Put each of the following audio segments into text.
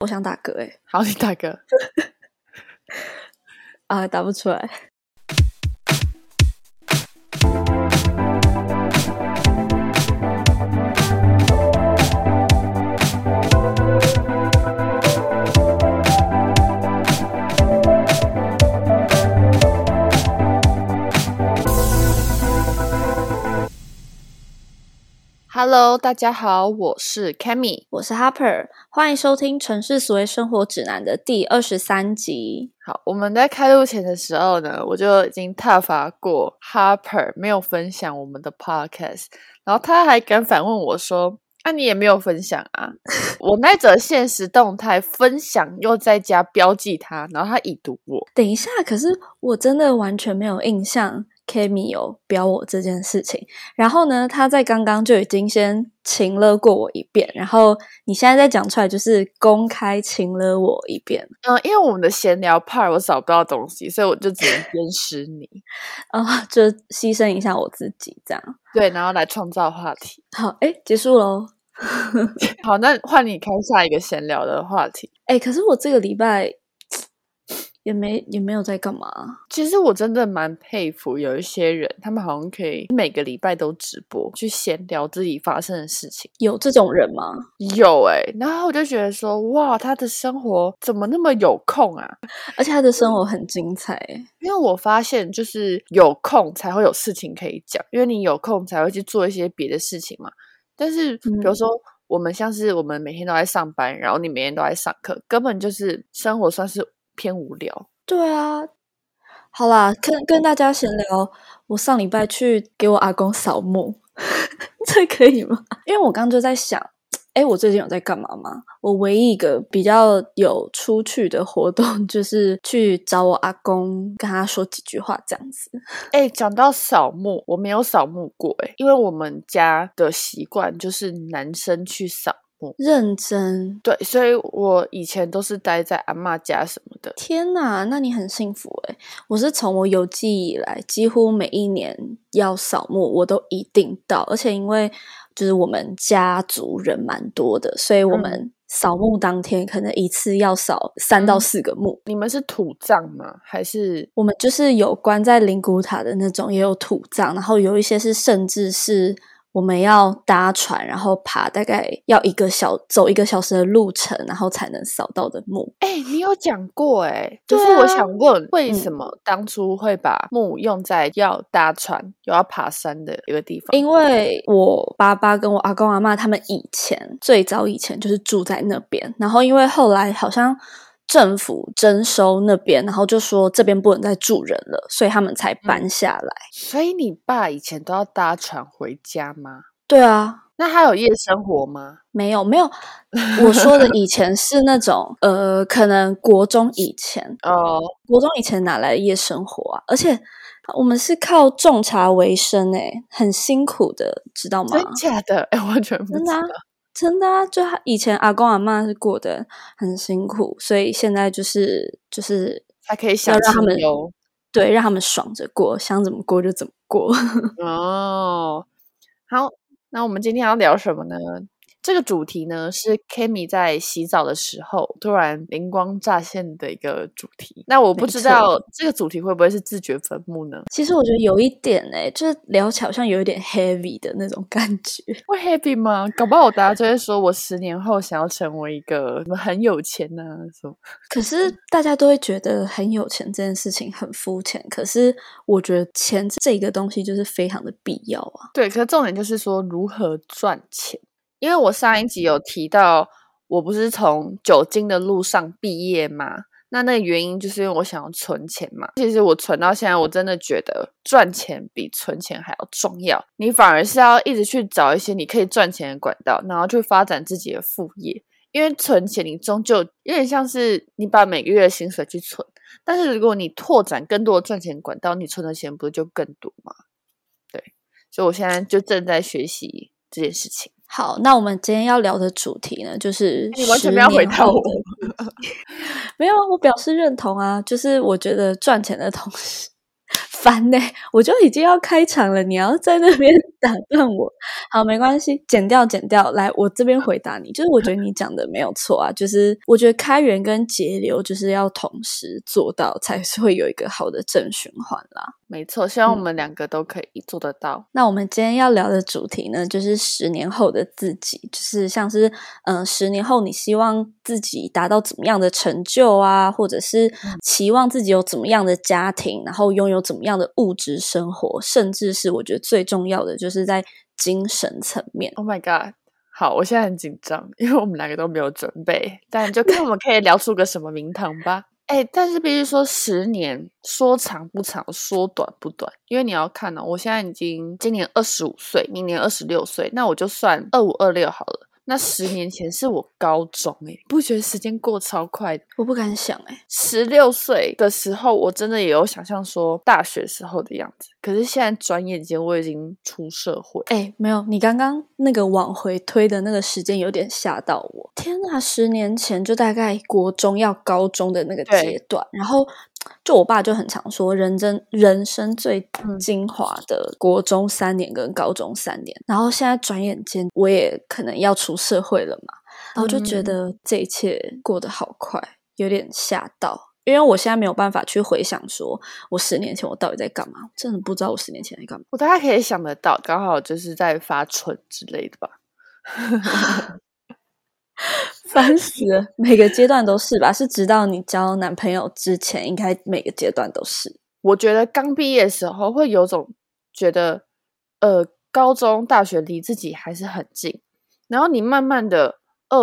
我想打嗝欸。 好，你打嗝。 啊，打不出来。 Hello， 大家好，我是 Cammy， 我是 Harper， 欢迎收听《城市所谓生活指南》的第23集。 好，我们在开录前的时候呢，我就已经挞伐过 Harper 没有分享我们的 podcast， 然后他还敢反问我说：“啊，你也没有分享啊？”我那则限时动态分享又在家标记他，然后他已读我。 等一下，可是我真的完全没有印象 Cammy 有标我这件事情。然后呢，他在刚刚就已经先情勒过我一遍，然后你现在再讲出来就是公开情勒我一遍。 因为我们的闲聊 part 我找不到东西，所以我就只能鞭尸你。 就牺牲一下我自己这样。 对，然后来创造话题。 好，结束咯。 好，那换你开下一个闲聊的话题。 可是我这个礼拜也没有在干嘛。 其实我真的蛮佩服有一些人，他们好像可以每个礼拜都直播去闲聊自己发生的事情。 有这种人吗？ 有然后我就觉得说，哇，他的生活怎么那么有空啊？ 而且他的生活很精彩因为我发现就是有空才会有事情可以讲，因为你有空才会去做一些别的事情嘛。但是比如说我们像是我们每天都在上班，然后你每天都在上课，根本就是生活算是偏无聊。 对啊，好啦，跟大家闲聊，我上礼拜去给我阿公扫墓，这可以吗？因为我刚刚就在想，我最近有在干嘛吗？我唯一一个比较有出去的活动，就是去找我阿公，跟他说几句话这样子。 讲到扫墓，我没有扫墓过因为我们家的习惯就是男生去扫墓。 认真？ 对，所以我以前都是待在阿嬷家什么的。 天哪，那你很幸福我是从我有记忆以来，几乎每一年要扫墓我都一定到，而且因为就是我们家族人蛮多的，所以我们扫墓当天可能一次要扫3到4个墓。 你们是土葬吗？还是我们就是有关在灵骨塔的那种，也有土葬，然后有一些是甚至是我们要搭船，然后爬大概要走1个小时的路程，然后才能扫到的墓。 你有讲过就是我想问，为什么当初会把墓用在要搭船又要爬山的一个地方？ 因为我爸爸跟我阿公阿嬷他们最早以前就是住在那边，然后因为后来好像政府征收那边，然后就说这边不能再住人了，所以他们才搬下来。 所以你爸以前都要搭船回家吗？ 对啊。 那他有夜生活吗？ 没有，我说的以前是那种可能国中以前国中以前哪来的夜生活啊？而且我们是靠种茶为生很辛苦的，知道吗？ 真假的？完全不知道。 真的啊，就以前阿公阿嬷是过得很辛苦，所以现在就是还可以享让他们对，让他们爽着过，想怎么过就怎么过。 好，那我们今天要聊什么呢？这个主题呢是 Cammy 在洗澡的时候突然灵光乍现的一个主题。那我不知道这个主题会不会是自掘坟墓呢？ 其实我觉得有一点就是聊起来好像有一点 heavy 的那种感觉。 会 heavy 吗？搞不好大家就会说我10年后想要成为一个很有钱什么。 可是大家都会觉得很有钱这件事情很肤浅，可是我觉得钱这个东西就是非常的必要啊。 对，可是重点就是说如何赚钱。因为我上一集有提到我不是从酒精的路上毕业吗？那个原因就是因为我想要存钱嘛。其实我存到现在，我真的觉得赚钱比存钱还要重要。你反而是要一直去找一些你可以赚钱的管道，然后去发展自己的副业。因为存钱你终究有点像是你把每个月的薪水去存，但是如果你拓展更多的赚钱管道，你存的钱不是就更多吗？对，所以我现在就正在学习这件事情。 好，那我们今天要聊的主题呢，就是你完全没有回答我。 没有，我表示认同啊，就是我觉得赚钱的同时烦欸，我就已经要开场了，你要在那边打断我。好，没关系，剪掉。来，我这边回答你，就是我觉得你讲的没有错啊，就是我觉得开源跟节流就是要同时做到，才是会有一个好的正循环啦。 没错，希望我们两个都可以做得到。 那我们今天要聊的主题呢，就是10年后的自己，就是像是10年后你希望自己达到怎么样的成就啊，或者是期望自己有怎么样的家庭，然后拥有怎么样的物质生活，甚至是我觉得最重要的就是在精神层面。 Oh my god， 好，我现在很紧张，因为我们两个都没有准备，但就看我们可以聊出个什么名堂吧。但是必须说10年说长不长，说短不短，因为你要看我现在已经今年25岁，明年26岁，那我就算25、26好了。那10年前是我高中不觉得时间过超快的？ 我不敢想 16岁的时候，我真的也有想象说大学时候的样子，可是现在转眼间我已经出社会。 没有，你刚刚那个往回推的那个时间有点吓到我。天哪，10年前就大概国中要高中的那个阶段，然后就我爸就很常说人生最精华的国中3年跟高中3年，然后现在转眼间我也可能要出社会了嘛，然后就觉得这一切过得好快，有点吓到。因为我现在没有办法去回想说我10年前我到底在干嘛，真的不知道我10年前在干嘛。 我大概可以想得到，刚好就是在发春之类的吧。 烦死了，每个阶段都是吧？是直到你交男朋友之前，应该每个阶段都是。 我觉得刚毕业的时候会有种觉得高中大学离自己还是很近，然后你慢慢的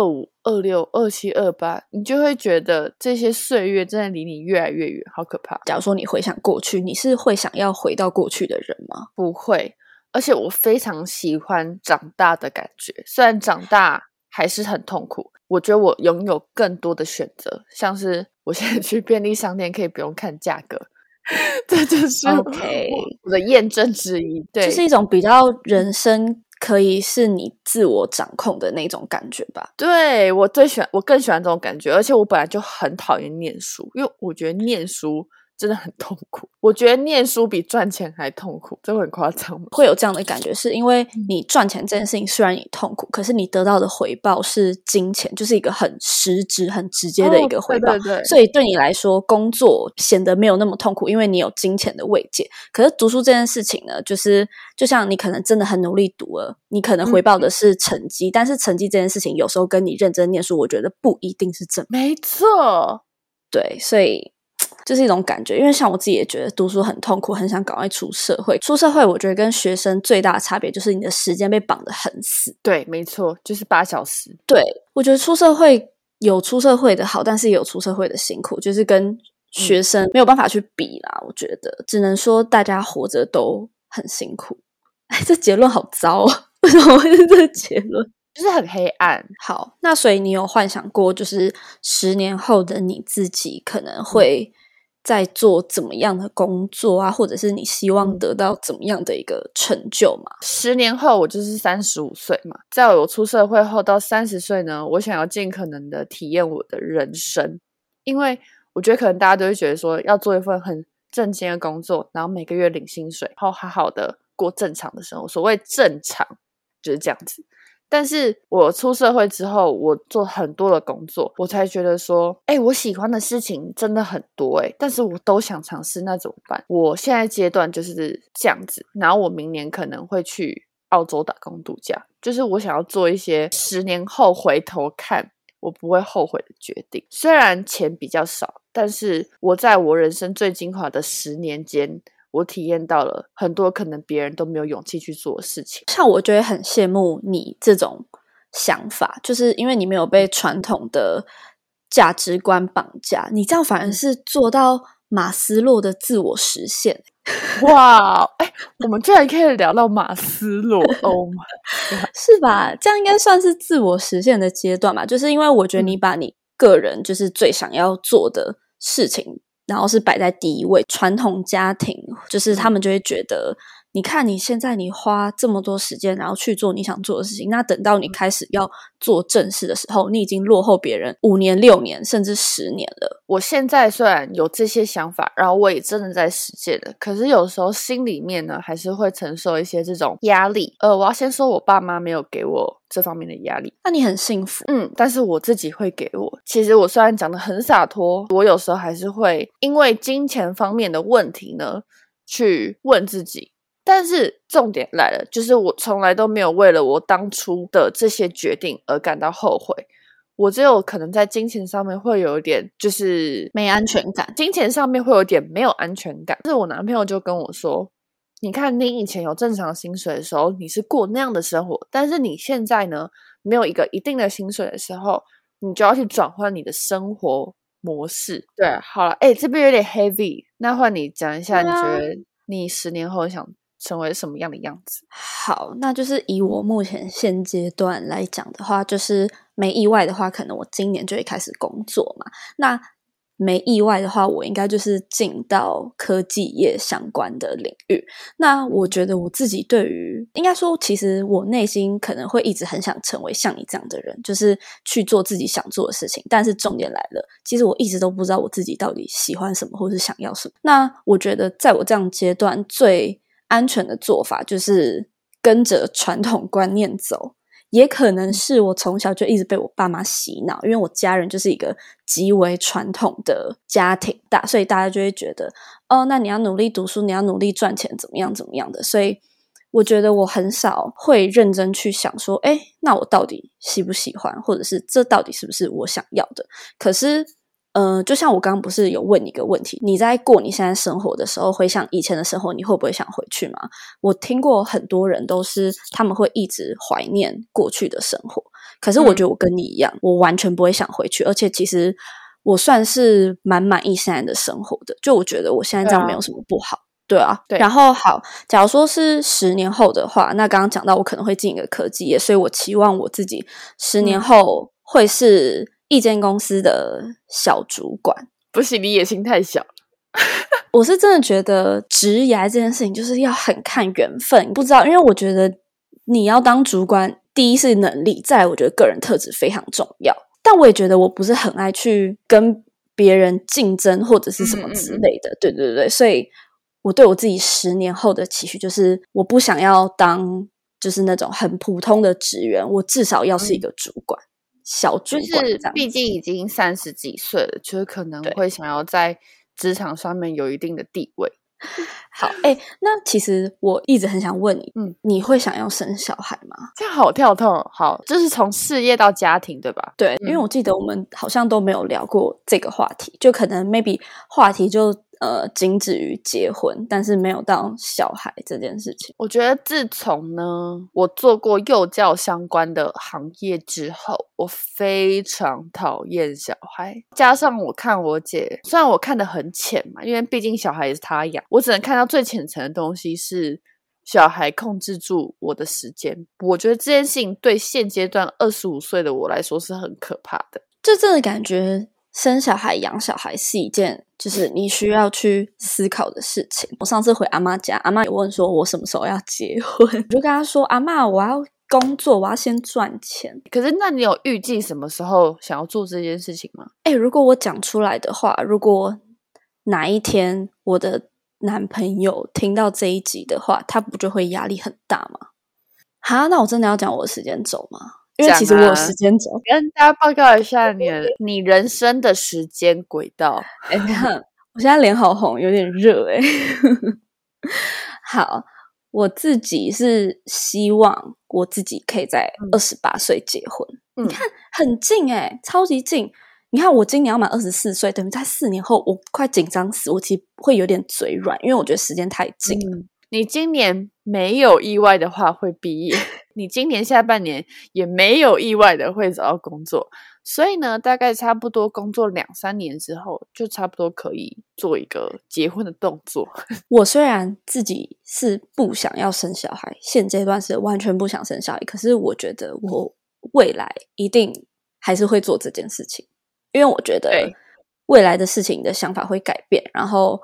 25、26、27、28，你就会觉得这些岁月真的离你越来越远，好可怕。 假如说你回想过去，你是会想要回到过去的人吗？ 不会，而且我非常喜欢长大的感觉，虽然长大还是很痛苦，我觉得我拥有更多的选择，像是我现在去便利商店可以不用看价格，这就是我的验证之一。对， 就是一种比较人生可以是你自我掌控的那种感觉吧。 对，我更喜欢这种感觉，而且我本来就很讨厌念书，因为我觉得念书真的很痛苦，我觉得念书比赚钱还痛苦，这会很夸张吗？ 会有这样的感觉，是因为你赚钱这件事情虽然你痛苦，可是你得到的回报是金钱，就是一个很实质很直接的一个回报。 对， 所以对你来说工作显得没有那么痛苦，因为你有金钱的慰藉。可是读书这件事情呢，就是就像你可能真的很努力读了，你可能回报的是成绩，但是成绩这件事情有时候跟你认真念书，我觉得不一定是正。 没错， 对，所以就是一种感觉。因为像我自己也觉得读书很痛苦，很想赶快出社会。出社会我觉得跟学生最大的差别就是你的时间被绑得很死。 对，没错，就是8小时。 对，我觉得出社会有出社会的好，但是也有出社会的辛苦，就是跟学生没有办法去比啦。我觉得只能说大家活着都很辛苦。这结论好糟哦，为什么会是这个结论？ 就是很黑暗。 好，那所以你有幻想过就是10年后的你自己可能会在做怎么样的工作啊，或者是你希望得到怎么样的一个成就吗 ？10年后我就是35岁嘛，在我出社会后到30岁呢，我想要尽可能的体验我的人生，因为我觉得可能大家都会觉得说要做一份很正经的工作，然后每个月领薪水，然后好好的过正常的生活，所谓正常就是这样子。但是我出社会之后，我做很多的工作，我才觉得说我喜欢的事情真的很多但是我都想尝试，那怎么办？我现在阶段就是这样子，然后我明年可能会去澳洲打工度假，就是我想要做一些10年后回头看我不会后悔的决定。虽然钱比较少，但是我在我人生最精华的10年间，我体验到了很多可能别人都没有勇气去做的事情。 像我觉得很羡慕你这种想法，就是因为你没有被传统的价值观绑架，你这样反而是做到马斯洛的自我实现。 哇，我们居然可以聊到马斯洛，Oh my God， 是吧？这样应该算是自我实现的阶段吧，就是因为我觉得你把你个人就是最想要做的事情然后是摆在第一位。传统家庭就是他们就会觉得你看你现在你花这么多时间然后去做你想做的事情，那等到你开始要做正事的时候，你已经落后别人5年6年甚至10年了。 我现在虽然有这些想法，然后我也真的在实践了，可是有时候心里面呢还是会承受一些这种压力。我要先说我爸妈没有给我这方面的压力， 那你很幸福。 但是我自己会给我。其实我虽然讲得很洒脱，我有时候还是会因为金钱方面的问题呢去问自己。但是重点来了，就是我从来都没有为了我当初的这些决定而感到后悔。我只有可能在金钱上面会有一点就是没安全感， 金钱上面会有点没有安全感。但是我男朋友就跟我说，你看你以前有正常薪水的时候，你是过那样的生活，但是你现在呢没有一个一定的薪水的时候，你就要去转换你的生活模式。对，好了，这边有点 heavy， 那换你讲一下，你觉得你10年后想成为什么样的样子？ 好，那就是以我目前现阶段来讲的话，就是没意外的话，可能我今年就会开始工作嘛。那没意外的话，我应该就是进到科技业相关的领域。那我觉得我自己对于，应该说，其实我内心可能会一直很想成为像你这样的人，就是去做自己想做的事情。但是重点来了，其实我一直都不知道我自己到底喜欢什么，或是想要什么。那我觉得在我这样阶段最安全的做法就是跟着传统观念走，也可能是我从小就一直被我爸妈洗脑，因为我家人就是一个极为传统的家庭，所以大家就会觉得那你要努力读书，你要努力赚钱，怎么样怎么样的。所以我觉得我很少会认真去想说那我到底喜不喜欢，或者是这到底是不是我想要的。可是就像我刚刚不是有问你一个问题，你在过你现在生活的时候，回想以前的生活，你会不会想回去吗？我听过很多人都是他们会一直怀念过去的生活，可是我觉得我跟你一样，我完全不会想回去，而且其实我算是蛮满意现在的生活的，就我觉得我现在这样没有什么不好。对啊，然后好，假如说是10年后的话，那刚刚讲到我可能会进一个科技业，所以我期望我自己10年后会是一间公司的小主管。 不行，你野心太小了。 我是真的觉得职涯这件事情就是要很看缘分，不知道，因为我觉得你要当主管，第一是能力，再来我觉得个人特质非常重要。但我也觉得我不是很爱去跟别人竞争或者是什么之类的，对对对，所以我对我自己10年后的期许就是我不想要当就是那种很普通的职员，我至少要是一个主管。小主管这样子， 就是毕竟已经30几岁了，就是可能会想要在职场上面有一定的地位。 好，那其实我一直很想问你，你会想要生小孩吗？ 这样好跳痛。好，就是从事业到家庭，对吧？ 对，因为我记得我们好像都没有聊过这个话题，就可能 maybe 话题就仅止于结婚，但是没有到小孩这件事情。 我觉得自从呢我做过幼教相关的行业之后，我非常讨厌小孩。加上我看我姐，虽然我看得很浅嘛，因为毕竟小孩也是她养，我只能看到最浅层的东西是小孩控制住我的时间。我觉得这件事情对现阶段25岁的我来说是很可怕的。 就真的感觉生小孩养小孩是一件就是你需要去思考的事情。我上次回阿嬷家，阿嬷有问说我什么时候要结婚，我就跟她说阿嬷我要工作，我要先赚钱。 可是那你有预计什么时候想要做这件事情吗？ 如果我讲出来的话，如果哪一天我的男朋友听到这一集的话，他不就会压力很大吗？那我真的要讲我的时间轴吗？因为其实我有时间轴， 跟大家报告一下你人生的时间轨道。 你看我现在脸好红，有点热好，我自己是希望我自己可以在28岁结婚。你看很近超级近。你看我今年要满24岁，等于在4年后，我快紧张死，我其实会有点嘴软，因为我觉得时间太近了。 你今年没有意外的话会毕业，你今年下半年也没有意外的会找到工作，所以呢，大概差不多工作2-3年之后，就差不多可以做一个结婚的动作。 我虽然自己是不想要生小孩，现阶段是完全不想生小孩，可是我觉得我未来一定还是会做这件事情，因为我觉得未来的事情的想法会改变，然后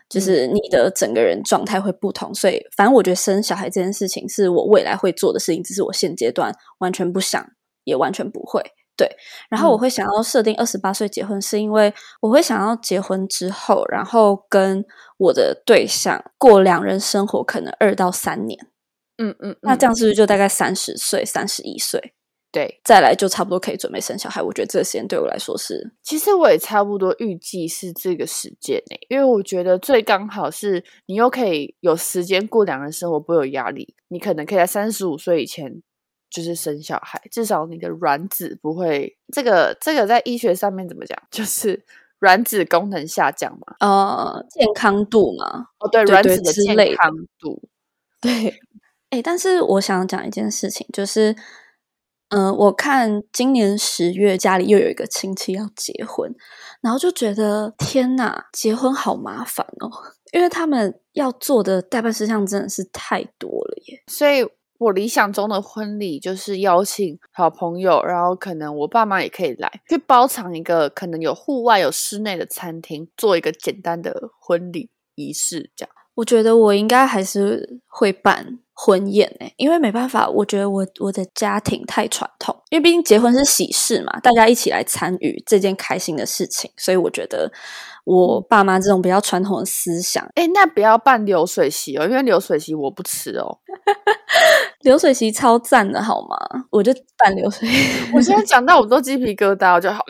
就是你的整个人状态会不同，所以反正我觉得生小孩这件事情是我未来会做的事情，只是我现阶段完全不想，也完全不会。对，然后我会想要设定28岁结婚，是因为我会想要结婚之后，然后跟我的对象过2人生活，可能2到3年。那这样是不是就大概30岁、31岁？ 对， 再来就差不多可以准备生小孩。我觉得这个时间对我来说是， 其实我也差不多预计是这个时间因为我觉得最刚好是你又可以有时间过2人生活，不会有压力。你可能可以在35岁以前就是生小孩，至少你的卵子不会这个在医学上面怎么讲，就是卵子功能下降嘛， 健康度嘛， 对， 对对卵子的健之类的康度， 对。但是我想讲一件事情，就是我看今年10月家里又有一个亲戚要结婚，然后就觉得天哪，结婚好麻烦哦，因为他们要做的代办事项真的是太多了耶。 所以我理想中的婚礼就是邀请好朋友，然后可能我爸妈也可以来，去包场一个可能有户外有室内的餐厅，做一个简单的婚礼仪式这样。 我觉得我应该还是会办婚宴因为没办法，我觉得我的家庭太传统，因为毕竟结婚是喜事嘛，大家一起来参与这件开心的事情，所以我觉得我爸妈这种比较传统的思想， 那不要办流水席因为流水席我不吃流水席超赞的好吗？我就办流水席。 我现在讲到我都鸡皮疙瘩，我就好。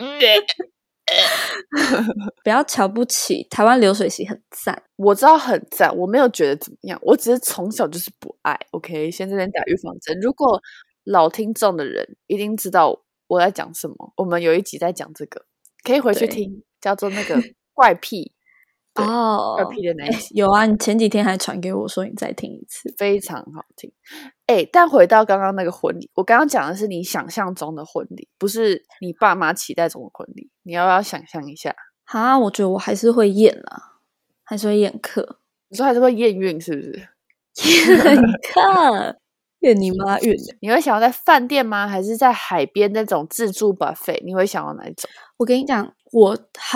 不要瞧不起台湾流水席很赞， 我知道很赞，我没有觉得怎么样，我只是从小就是不爱。OK， 先这边打预防针。如果老听众的人一定知道我在讲什么，我们有一集在讲这个，可以回去听，叫做那个怪癖。怪癖的那一集有啊，你前几天还传给我说你再听一次， 非常好听。但回到刚刚那个婚礼，我刚刚讲的是你想象中的婚礼，不是你爸妈期待中的婚礼。你要不要想象一下？ 我觉得我还是会验啦，还是会验课。 你说还是会验孕是不是？ 验课，验你妈孕的。 你会想要在饭店吗？还是在海边那种自助 buffet？ 你会想要哪一种？ 我跟你讲，我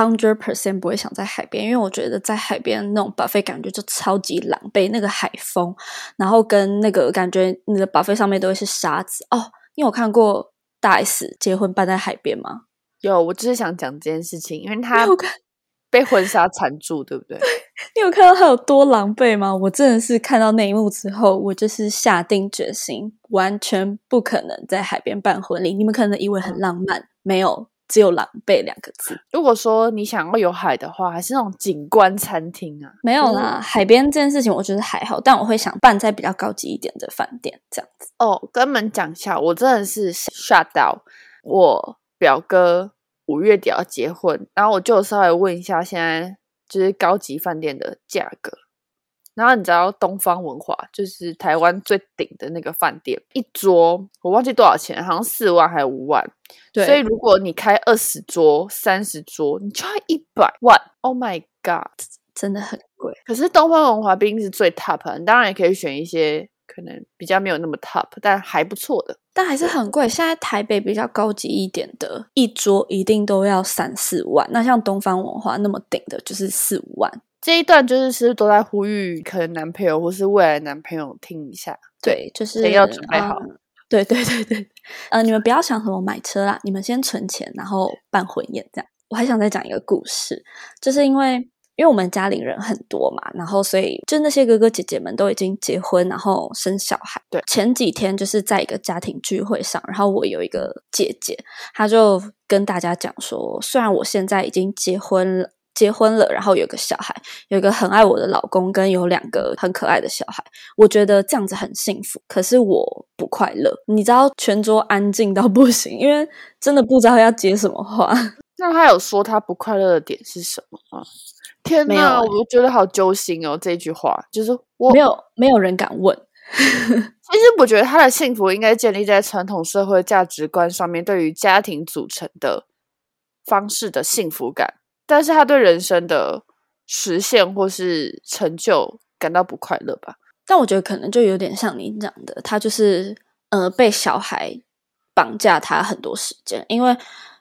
100% 不会想在海边，因为我觉得在海边那种 buffet 感觉就超级狼狈，那个海风，然后跟那个感觉你的 buffet 上面都会是沙子你有看过大 S 结婚办在海边吗？ 有，我就是想讲这件事情，因为他被婚纱缠住，对不对？ 你有看到他有多狼狈吗？我真的是看到那一幕之后，我就是下定决心，完全不可能在海边办婚礼。你们可能以为很浪漫，没有，只有狼狈2个字。 如果说你想要有海的话，还是那种景观餐厅啊？ 没有啦，海边这件事情我觉得还好，但我会想办在比较高级一点的饭店这样子。 跟你们讲一下，我真的是吓到我表哥5月底要结婚，然后我就稍微问一下现在就是高级饭店的价格，然后你知道东方文华就是台湾最顶的那个饭店，一桌我忘记多少钱，好像4万还是5万。 对， 所以如果你开20桌、30桌，你就要100万。Oh my god， 真的很贵。 可是东方文华毕竟是最 top 的，你当然也可以选一些可能比较没有那么 top 但还不错的， 但还是很贵。现在台北比较高级一点的，一桌一定都要3-4万。那像东方文化那么顶的，就是4-5万。 这一段就是都在呼吁可能男朋友或是未来男朋友听一下， 对，就是要准备好。 对，你们不要想什么买车啦，你们先存钱，然后办婚宴这样。我还想再讲一个故事，就是因为我们家里人很多嘛，然后所以就那些哥哥姐姐们都已经结婚，然后生小孩。 对， 前几天就是在一个家庭聚会上，然后我有一个姐姐，她就跟大家讲说，虽然我现在已经结婚了，然后有个小孩，有一个很爱我的老公，跟有2个很可爱的小孩，我觉得这样子很幸福。可是我不快乐，你知道，全桌安静到不行，因为真的不知道要接什么话。 那他有说他不快乐的点是什么吗？天哪，我觉得好揪心哦！这句话就是没有人敢问。 其实我觉得他的幸福应该建立在传统社会价值观上面，对于家庭组成的方式的幸福感，但是他对人生的实现或是成就感到不快乐吧。 但我觉得可能就有点像你讲的，他就是被小孩绑架他很多时间，因为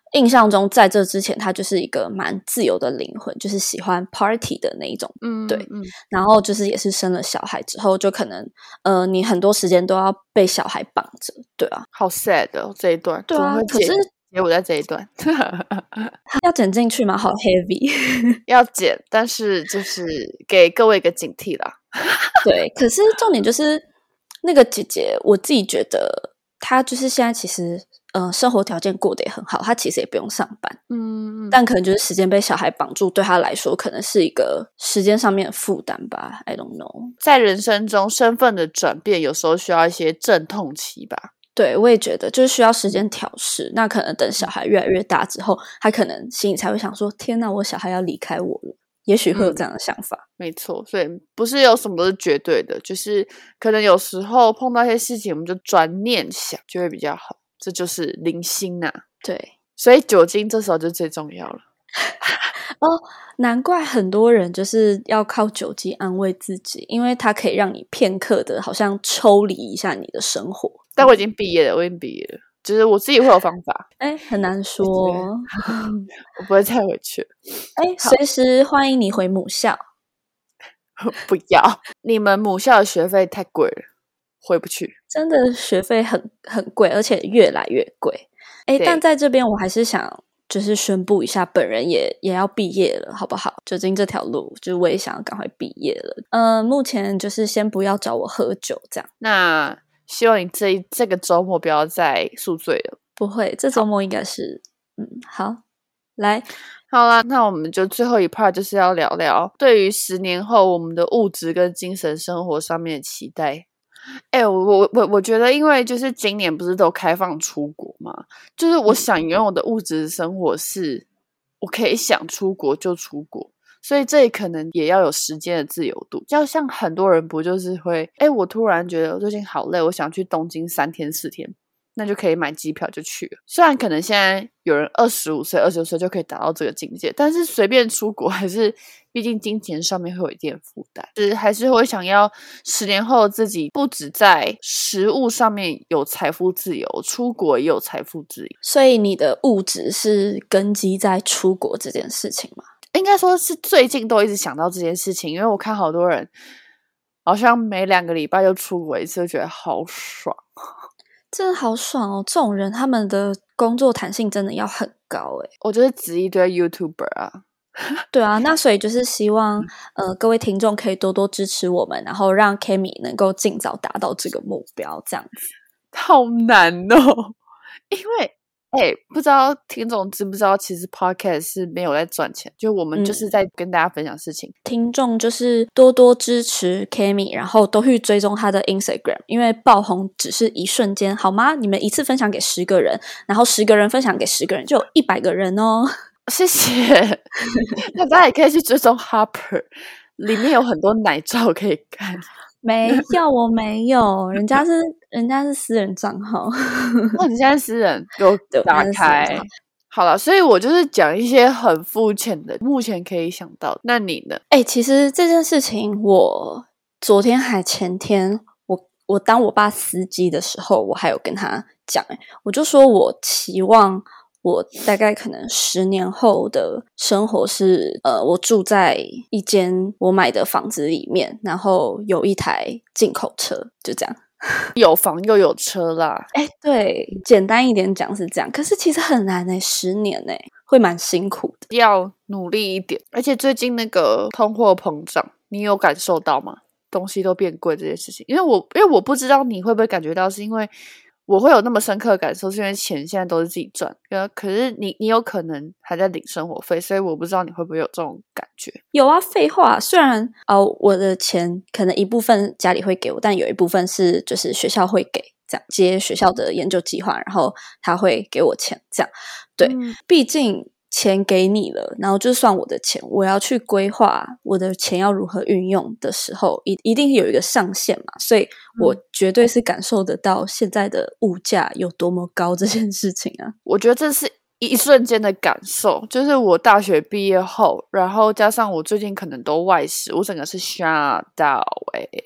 印象中在这之前他就是一个蛮自由的灵魂，就是喜欢 party 的那一种，对，然后就是也是生了小孩之后就可能你很多时间都要被小孩绑着，对啊， 好 sad 哦这一段， 对啊，可是我在这一段要剪进去吗？好 heavy 要剪，但是就是给各位一个警惕啦对，可是重点就是那个姐姐我自己觉得她就是现在其实生活条件过得也很好，她其实也不用上班，但可能就是时间被小孩绑住，对她来说可能是一个时间上面的负担吧 I don't know。 在人生中身份的转变有时候需要一些阵痛期吧。 对，我也觉得就是需要时间调试，那可能等小孩越来越大之后，他可能心里才会想说天哪，我小孩要离开我了，也许会有这样的想法。 没错，所以不是有什么都是绝对的，就是可能有时候碰到一些事情我们就转念想就会比较好，这就是灵心啊。 对， 所以酒精这时候就最重要了哦，难怪很多人就是要靠酒精安慰自己，因为它可以让你片刻的好像抽离一下你的生活。 但我已经毕业了，就是我自己会有方法很难说我不会再回去随时欢迎你回母校不要，你们母校的学费太贵了，回不去， 真的学费很贵，而且越来越贵但在这边我还是想就是宣布一下，本人也要毕业了，好不好？酒精这条路，就是我也想要赶快毕业了。目前就是先不要找我喝酒，这样。 那希望你这个周末不要再宿醉了。 不会，这周末应该是好。来， 好啦，那我们就最后一 part 就是要聊聊对于10年后我们的物质跟精神生活上面的期待。我觉得因为就是今年不是都开放出国嘛，就是我想拥有的物质生活是我可以想出国就出国，所以这可能也要有时间的自由度。就像很多人不就是会我突然觉得我最近好累，我想去东京3天4天，那就可以买机票就去了。虽然可能现在有人25岁29岁就可以达到这个境界，但是随便出国还是毕竟金钱上面会有一点负担，就是还是会想要10年后自己不止在食物上面有财富自由，出国也有财富自由。 所以你的物质是根基在出国这件事情吗？ 应该说是最近都一直想到这件事情，因为我看好多人好像每2个礼拜就出国一次，就觉得好爽， 真的好爽哦！这种人他们的工作弹性真的要很高我就是指一堆 YouTuber 啊。 对啊，那所以就是希望各位听众可以多多支持我们，然后让 Kemi 能够尽早达到这个目标，这样子。 好难哦，因为不知道听众知不知道，其实 Podcast 是没有在赚钱，就我们就是在跟大家分享事情。 听众就是多多支持 Kemi， 然后都去追踪他的 Instagram， 因为爆红只是一瞬间，好吗？你们一次分享给10个人，然后10个人分享给10个人，就有100个人哦。 谢谢。那大家也可以去追踪 Harper， 里面有很多奶照可以看。 没有，我没有，人家是私人账号。 你现在私人给我打开。好了，所以我就是讲一些很肤浅的目前可以想到的。那你呢？ 其实这件事情我昨天还前天我当我爸司机的时候，我还有跟他讲我就说我期望我大概可能10年后的生活是我住在一间我买的房子里面，然后有一台进口车，就这样。 有房又有车啦。 对，简单一点讲是这样，可是其实很难10年会蛮辛苦的， 要努力一点。而且最近那个通货膨胀，你有感受到吗？东西都变贵这件事情，因为我不知道你会不会感觉到，是因为我会有那么深刻的感受，是因为钱现在都是自己赚，可是你有可能还在领生活费，所以我不知道你会不会有这种感觉。 有啊，废话，虽然我的钱可能一部分家里会给我，但有一部分是就是学校会给，这样接学校的研究计划，然后他会给我钱，这样对，毕竟钱给你了，然后就算我的钱，我要去规划我的钱要如何运用的时候，一定有一个上限嘛，所以我绝对是感受得到现在的物价有多么高这件事情啊。 我觉得这是一瞬间的感受，就是我大学毕业后，然后加上我最近可能都外食，我整个是吓到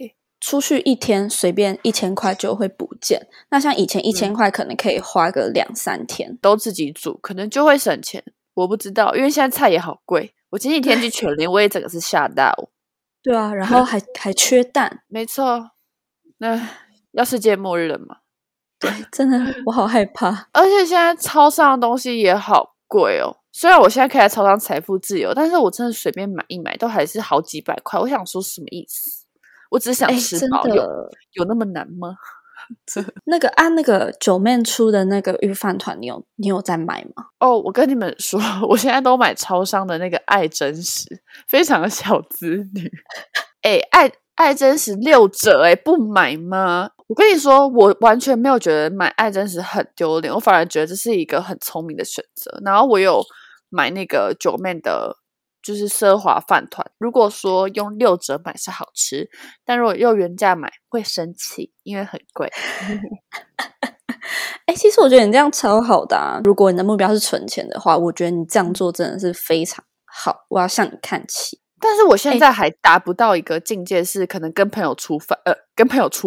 出去一天随便1000块就会不见，那像以前1000块可能可以花个2-3天， 都自己煮，可能就会省钱。我不知道，因为现在菜也好贵。我前几天去全联，我也整个是吓到。 对啊，然后还缺蛋， 没错，那要世界末日了嘛？ 对，真的我好害怕。 而且现在超商的东西也好贵哦。虽然我现在可以在超商财富自由，但是我真的随便买一买都还是好几百块。我想说什么意思？我只想吃饱， 真的有那么难吗？ 那个九妹出的那个御饭团，你有在买吗？ 哦，我跟你们说，我现在都买超商的那个爱真实，非常的小资女。爱真实6折，不买吗？我跟你说，我完全没有觉得买爱真实很丢脸，我反而觉得这是一个很聪明的选择。然后我有买那个九妹的，就是奢华饭团。如果说用6折买是好吃，但如果用原价买会生气，因为很贵。 其实我觉得你这样超好的啊！如果你的目标是存钱的话，我觉得你这样做真的是非常好，我要向你看齐。 但是我现在还达不到一个境界，是可能跟朋友出饭，跟朋友出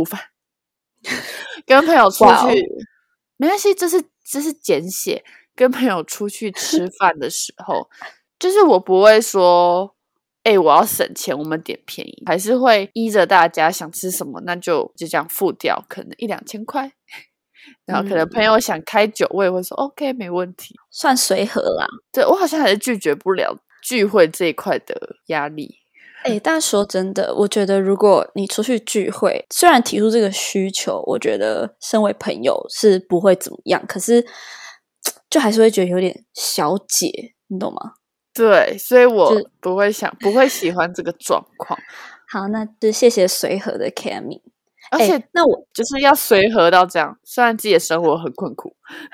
去，没关系，这是简写。跟朋友出去吃饭的时候，就是我不会说，我要省钱，我们点便宜，还是会依着大家想吃什么，那就这样付掉，可能1-2千块。然后可能朋友想开酒，我也会说 OK， 没问题， 算随和啦。 对，我好像还是拒绝不了聚会这一块的压力。 但说真的，我觉得如果你出去聚会，虽然提出这个需求，我觉得身为朋友是不会怎么样，可是就还是会觉得有点小解，你懂吗？ 对，所以我不会喜欢这个状况。 好，那就谢谢随和的 Cammy。 而且那我就是要随和到这样，虽然自己的生活很困苦，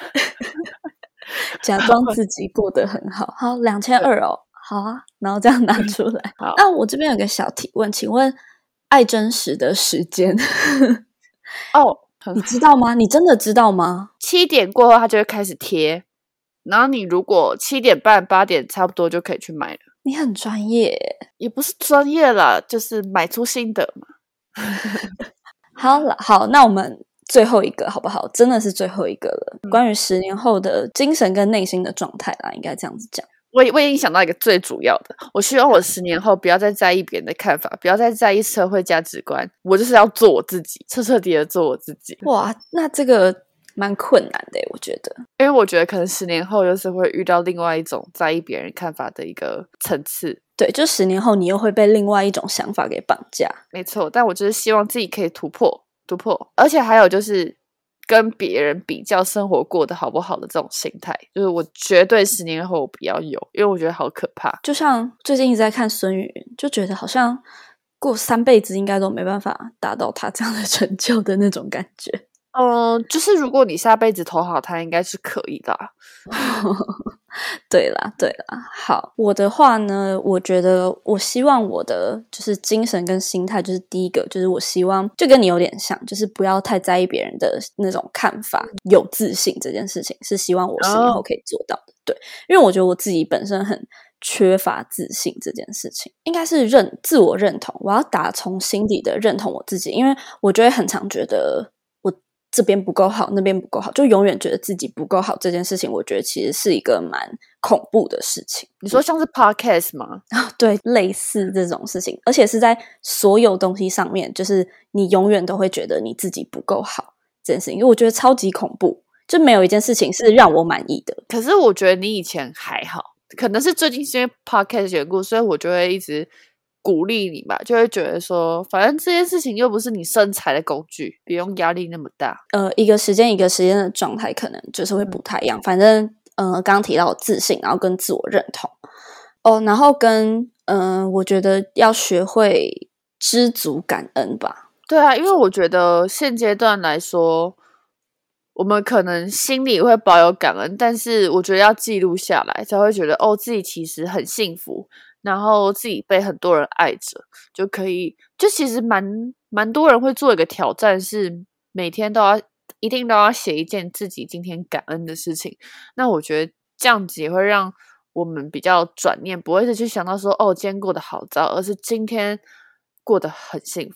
假装自己过得很好。好，2200哦，好啊，然后这样拿出来。那我这边有个小提问，请问爱真实的时间哦， 你知道吗？你真的知道吗 ？7点过后它就会开始贴，然后你如果7点半、8点差不多就可以去买了。 你很专业， 也不是专业啦，就是买出心得嘛。 好，那我们最后一个好不好？真的是最后一个了。关于10年后的精神跟内心的状态啦，应该这样子讲。 我已经想到一个最主要的，我希望我10年后不要再在意别人的看法，不要再在意社会价值观，我就是要做我自己，彻彻底底的做我自己。 哇，那这个蛮困难的，我觉得。 因为我觉得可能10年后就是会遇到另外一种在意别人看法的一个层次。 对，就10年后你又会被另外一种想法给绑架。 没错，但我就是希望自己可以突破，而且还有就是跟别人比较生活过得好不好的这种心态，就是我绝对10年后我不要有，因为我觉得好可怕。 就像最近一直在看孙宇，就觉得好像过3辈子应该都没办法达到他这样的成就的那种感觉。 就是如果你下辈子投好他，应该是可以的。 对啦，好，我的话呢，我觉得我希望我的就是精神跟心态，就是第一个，就是我希望就跟你有点像，就是不要太在意别人的那种看法，有自信这件事情是希望我10年后可以做到的。对，因为我觉得我自己本身很缺乏自信这件事情，应该是自我认同，我要打从心底的认同我自己，因为我就会很常觉得这边不够好，那边不够好，就永远觉得自己不够好。这件事情，我觉得其实是一个蛮恐怖的事情。 你说像是 podcast 吗？ 对，类似这种事情，而且是在所有东西上面，就是你永远都会觉得你自己不够好这件事情，因为我觉得超级恐怖，就没有一件事情是让我满意的。 可是我觉得你以前还好，可能是最近是因为 podcast 缘故，所以我就会一直鼓励你吧，就会觉得说，反正这件事情又不是你生财的工具，不用压力那么大。 一个时间的状态可能就是会不太一样。反正刚刚提到自信，然后跟自我认同然后跟我觉得要学会知足感恩吧。 对啊，因为我觉得现阶段来说，我们可能心里会保有感恩，但是我觉得要记录下来，才会觉得自己其实很幸福。然后自己被很多人爱着，就可以，就其实蛮多人会做一个挑战，是每天一定都要写一件自己今天感恩的事情。那我觉得这样子也会让我们比较转念，不会是去想到说今天过得好糟，而是今天过得很幸福。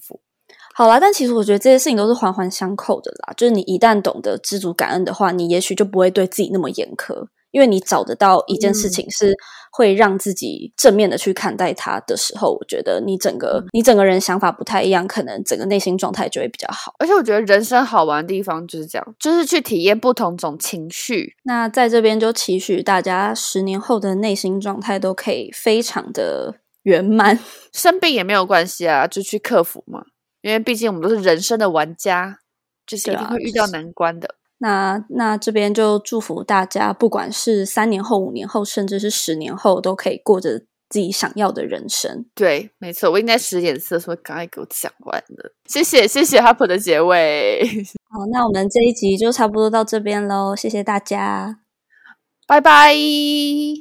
好啦，但其实我觉得这些事情都是环环相扣的啦。就是你一旦懂得知足感恩的话，你也许就不会对自己那么严苛，因为你找得到一件事情是会让自己正面的去看待它的时候，我觉得你整个人想法不太一样，可能整个内心状态就会比较好。 而且我觉得人生好玩的地方就是这样，就是去体验不同种情绪。 那在这边就期许大家10年后的内心状态都可以非常的圆满。 生病也没有关系啊，就去克服嘛。因为毕竟我们都是人生的玩家，就是一定会遇到难关的。 那这边就祝福大家，不管是3年后、5年后，甚至是10年后，都可以过着自己想要的人生。 对，没错，我应该10点4的时候赶快给我讲完了。谢谢 Harper 的结尾。 好，那我们这一集就差不多到这边咯，谢谢大家， 拜拜。